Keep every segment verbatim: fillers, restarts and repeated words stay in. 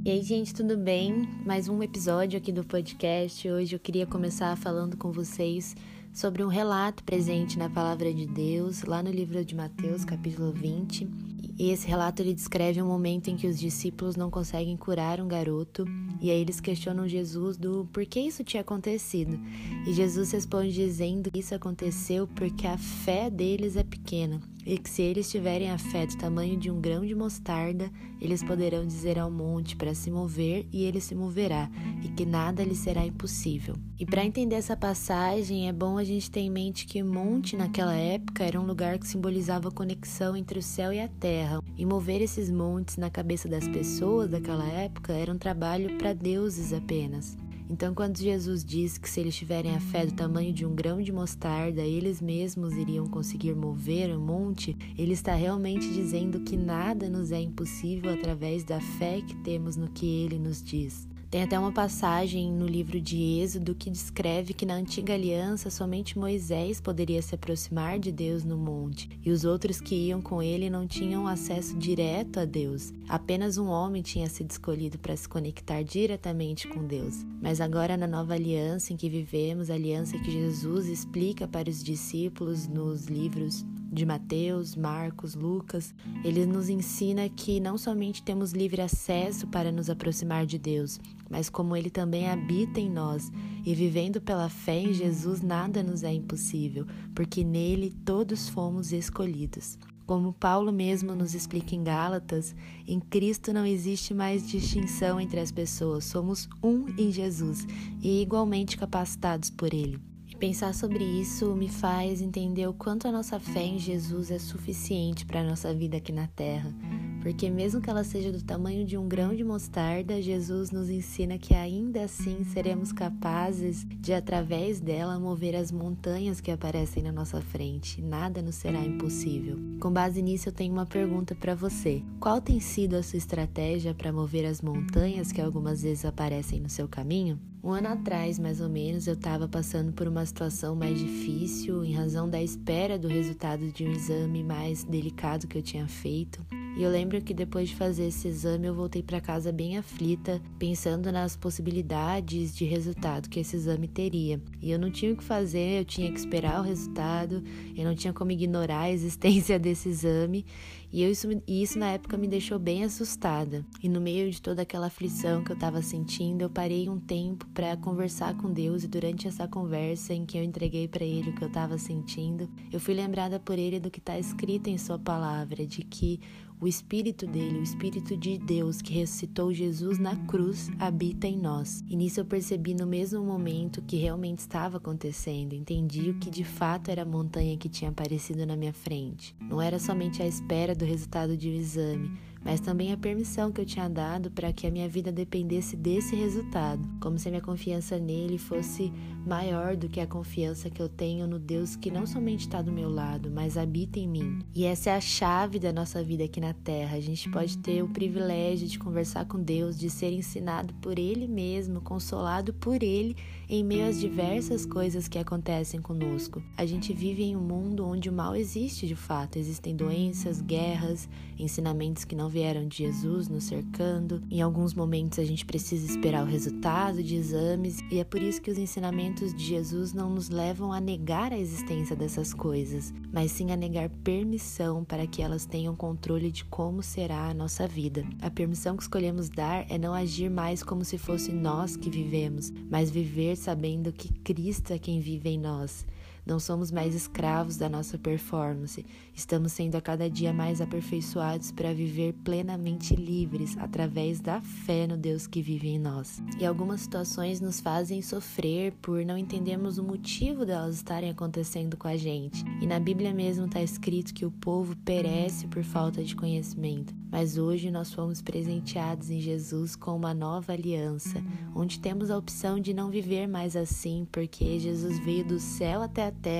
E aí, gente, tudo bem? Mais um episódio aqui do podcast. Hoje eu queria começar falando com vocês sobre um relato presente na Palavra de Deus, lá no livro de Mateus, capítulo vinte. E esse relato ele descreve um momento em que os discípulos não conseguem curar um garoto, e aí eles questionam Jesus do porquê isso tinha acontecido. E Jesus responde dizendo que isso aconteceu porque a fé deles é pequena, e que se eles tiverem a fé do tamanho de um grão de mostarda, eles poderão dizer ao monte para se mover e ele se moverá, e que nada lhe será impossível. E para entender essa passagem, é bom a gente ter em mente que o monte naquela época era um lugar que simbolizava a conexão entre o céu e a terra, e mover esses montes na cabeça das pessoas daquela época era um trabalho para deuses apenas. Então, quando Jesus diz que se eles tiverem a fé do tamanho de um grão de mostarda, eles mesmos iriam conseguir mover o monte, ele está realmente dizendo que nada nos é impossível através da fé que temos no que ele nos diz. Tem até uma passagem no livro de Êxodo que descreve que na antiga aliança somente Moisés poderia se aproximar de Deus no monte, e os outros que iam com ele não tinham acesso direto a Deus. Apenas um homem tinha sido escolhido para se conectar diretamente com Deus. Mas agora na nova aliança em que vivemos, a aliança que Jesus explica para os discípulos nos livros de Mateus, Marcos, Lucas, ele nos ensina que não somente temos livre acesso para nos aproximar de Deus, mas como ele também habita em nós, e vivendo pela fé em Jesus nada nos é impossível, porque nele todos fomos escolhidos. Como Paulo mesmo nos explica em Gálatas, em Cristo não existe mais distinção entre as pessoas, somos um em Jesus e igualmente capacitados por ele. Pensar sobre isso me faz entender o quanto a nossa fé em Jesus é suficiente para a nossa vida aqui na Terra. Porque mesmo que ela seja do tamanho de um grão de mostarda, Jesus nos ensina que ainda assim seremos capazes de, através dela, mover as montanhas que aparecem na nossa frente. Nada nos será impossível. Com base nisso, eu tenho uma pergunta para você. Qual tem sido a sua estratégia para mover as montanhas que algumas vezes aparecem no seu caminho? Um ano atrás, mais ou menos, eu estava passando por uma situação mais difícil em razão da espera do resultado de um exame mais delicado que eu tinha feito. E eu lembro que depois de fazer esse exame eu voltei para casa bem aflita, pensando nas possibilidades de resultado que esse exame teria. E eu não tinha o que fazer, eu tinha que esperar o resultado, eu não tinha como ignorar a existência desse exame. E eu, isso, e isso na época me deixou bem assustada. E no meio de toda aquela aflição que eu estava sentindo, eu parei um tempo para conversar com Deus. E durante essa conversa em que eu entreguei para Ele o que eu estava sentindo, eu fui lembrada por Ele do que está escrito em Sua palavra, de que o Espírito dele, o Espírito de Deus que ressuscitou Jesus na cruz, habita em nós. E nisso eu percebi no mesmo momento que realmente estava acontecendo. Entendi o que de fato era a montanha que tinha aparecido na minha frente. Não era somente a espera do resultado de um exame, mas também a permissão que eu tinha dado para que a minha vida dependesse desse resultado, como se a minha confiança nele fosse maior do que a confiança que eu tenho no Deus que não somente está do meu lado, mas habita em mim. E essa é a chave da nossa vida aqui na Terra. A gente pode ter o privilégio de conversar com Deus, de ser ensinado por Ele mesmo, consolado por Ele, em meio às diversas coisas que acontecem conosco. A gente vive em um mundo onde o mal existe de fato, existem doenças, guerras, ensinamentos que não vieram de Jesus nos cercando. Em alguns momentos a gente precisa esperar o resultado de exames, e é por isso que os ensinamentos de Jesus não nos levam a negar a existência dessas coisas, mas sim a negar permissão para que elas tenham controle de como será a nossa vida. A permissão que escolhemos dar é não agir mais como se fosse nós que vivemos, mas viver sabendo que Cristo é quem vive em nós. Não somos mais escravos da nossa performance, estamos sendo a cada dia mais aperfeiçoados para viver plenamente livres através da fé no Deus que vive em nós. E algumas situações nos fazem sofrer por não entendermos o motivo delas estarem acontecendo com a gente. E na Bíblia mesmo está escrito que o povo perece por falta de conhecimento. Mas hoje nós fomos presenteados em Jesus com uma nova aliança, onde temos a opção de não viver mais assim, porque Jesus veio do céu até a terra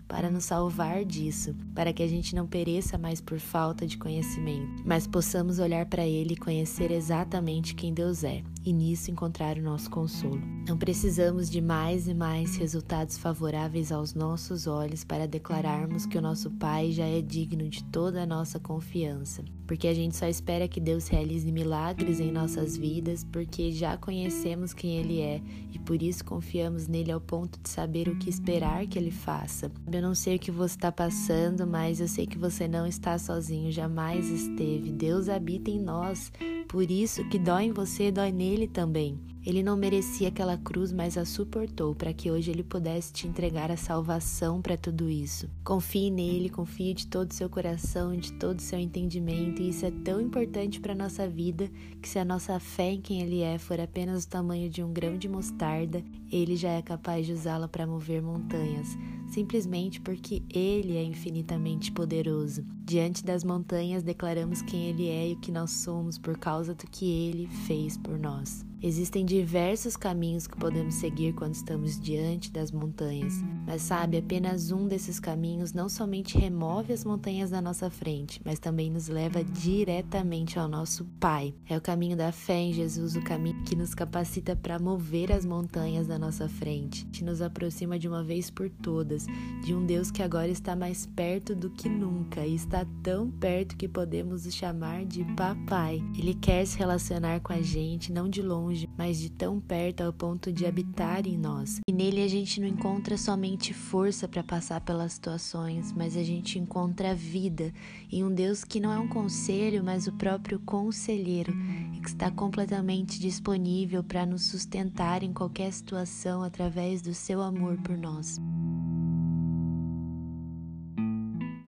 para nos salvar disso, para que a gente não pereça mais por falta de conhecimento, mas possamos olhar para Ele e conhecer exatamente quem Deus é, e nisso encontrar o nosso consolo. Não precisamos de mais e mais resultados favoráveis aos nossos olhos para declararmos que o nosso Pai já é digno de toda a nossa confiança, porque a gente só espera que Deus realize milagres em nossas vidas, porque já conhecemos quem Ele é e por isso confiamos nele ao ponto de saber o que esperar que Ele faça. Eu não sei o que você está passando, mas eu sei que você não está sozinho, jamais esteve. Deus habita em nós, por isso que dói em você, dói nele também. Ele não merecia aquela cruz, mas a suportou para que hoje ele pudesse te entregar a salvação para tudo isso. Confie nele, confie de todo o seu coração, de todo o seu entendimento, e isso é tão importante para a nossa vida que se a nossa fé em quem ele é for apenas do tamanho de um grão de mostarda, ele já é capaz de usá-la para mover montanhas, simplesmente porque ele é infinitamente poderoso. Diante das montanhas declaramos quem ele é e o que nós somos por causa do que ele fez por nós. Existem diversos caminhos que podemos seguir quando estamos diante das montanhas, mas sabe, apenas um desses caminhos não somente remove as montanhas da nossa frente, mas também nos leva diretamente ao nosso Pai. É o caminho da fé em Jesus, o caminho que nos capacita para mover as montanhas da nossa frente, que nos aproxima de uma vez por todas de um Deus que agora está mais perto do que nunca e está tão perto que podemos o chamar de Papai. Ele quer se relacionar com a gente, não de longe, mas de tão perto ao ponto de habitar em nós. E nele a gente não encontra somente força para passar pelas situações, mas a gente encontra vida em um Deus que não é um conselho, mas o próprio conselheiro, e que está completamente disponível para nos sustentar em qualquer situação através do seu amor por nós.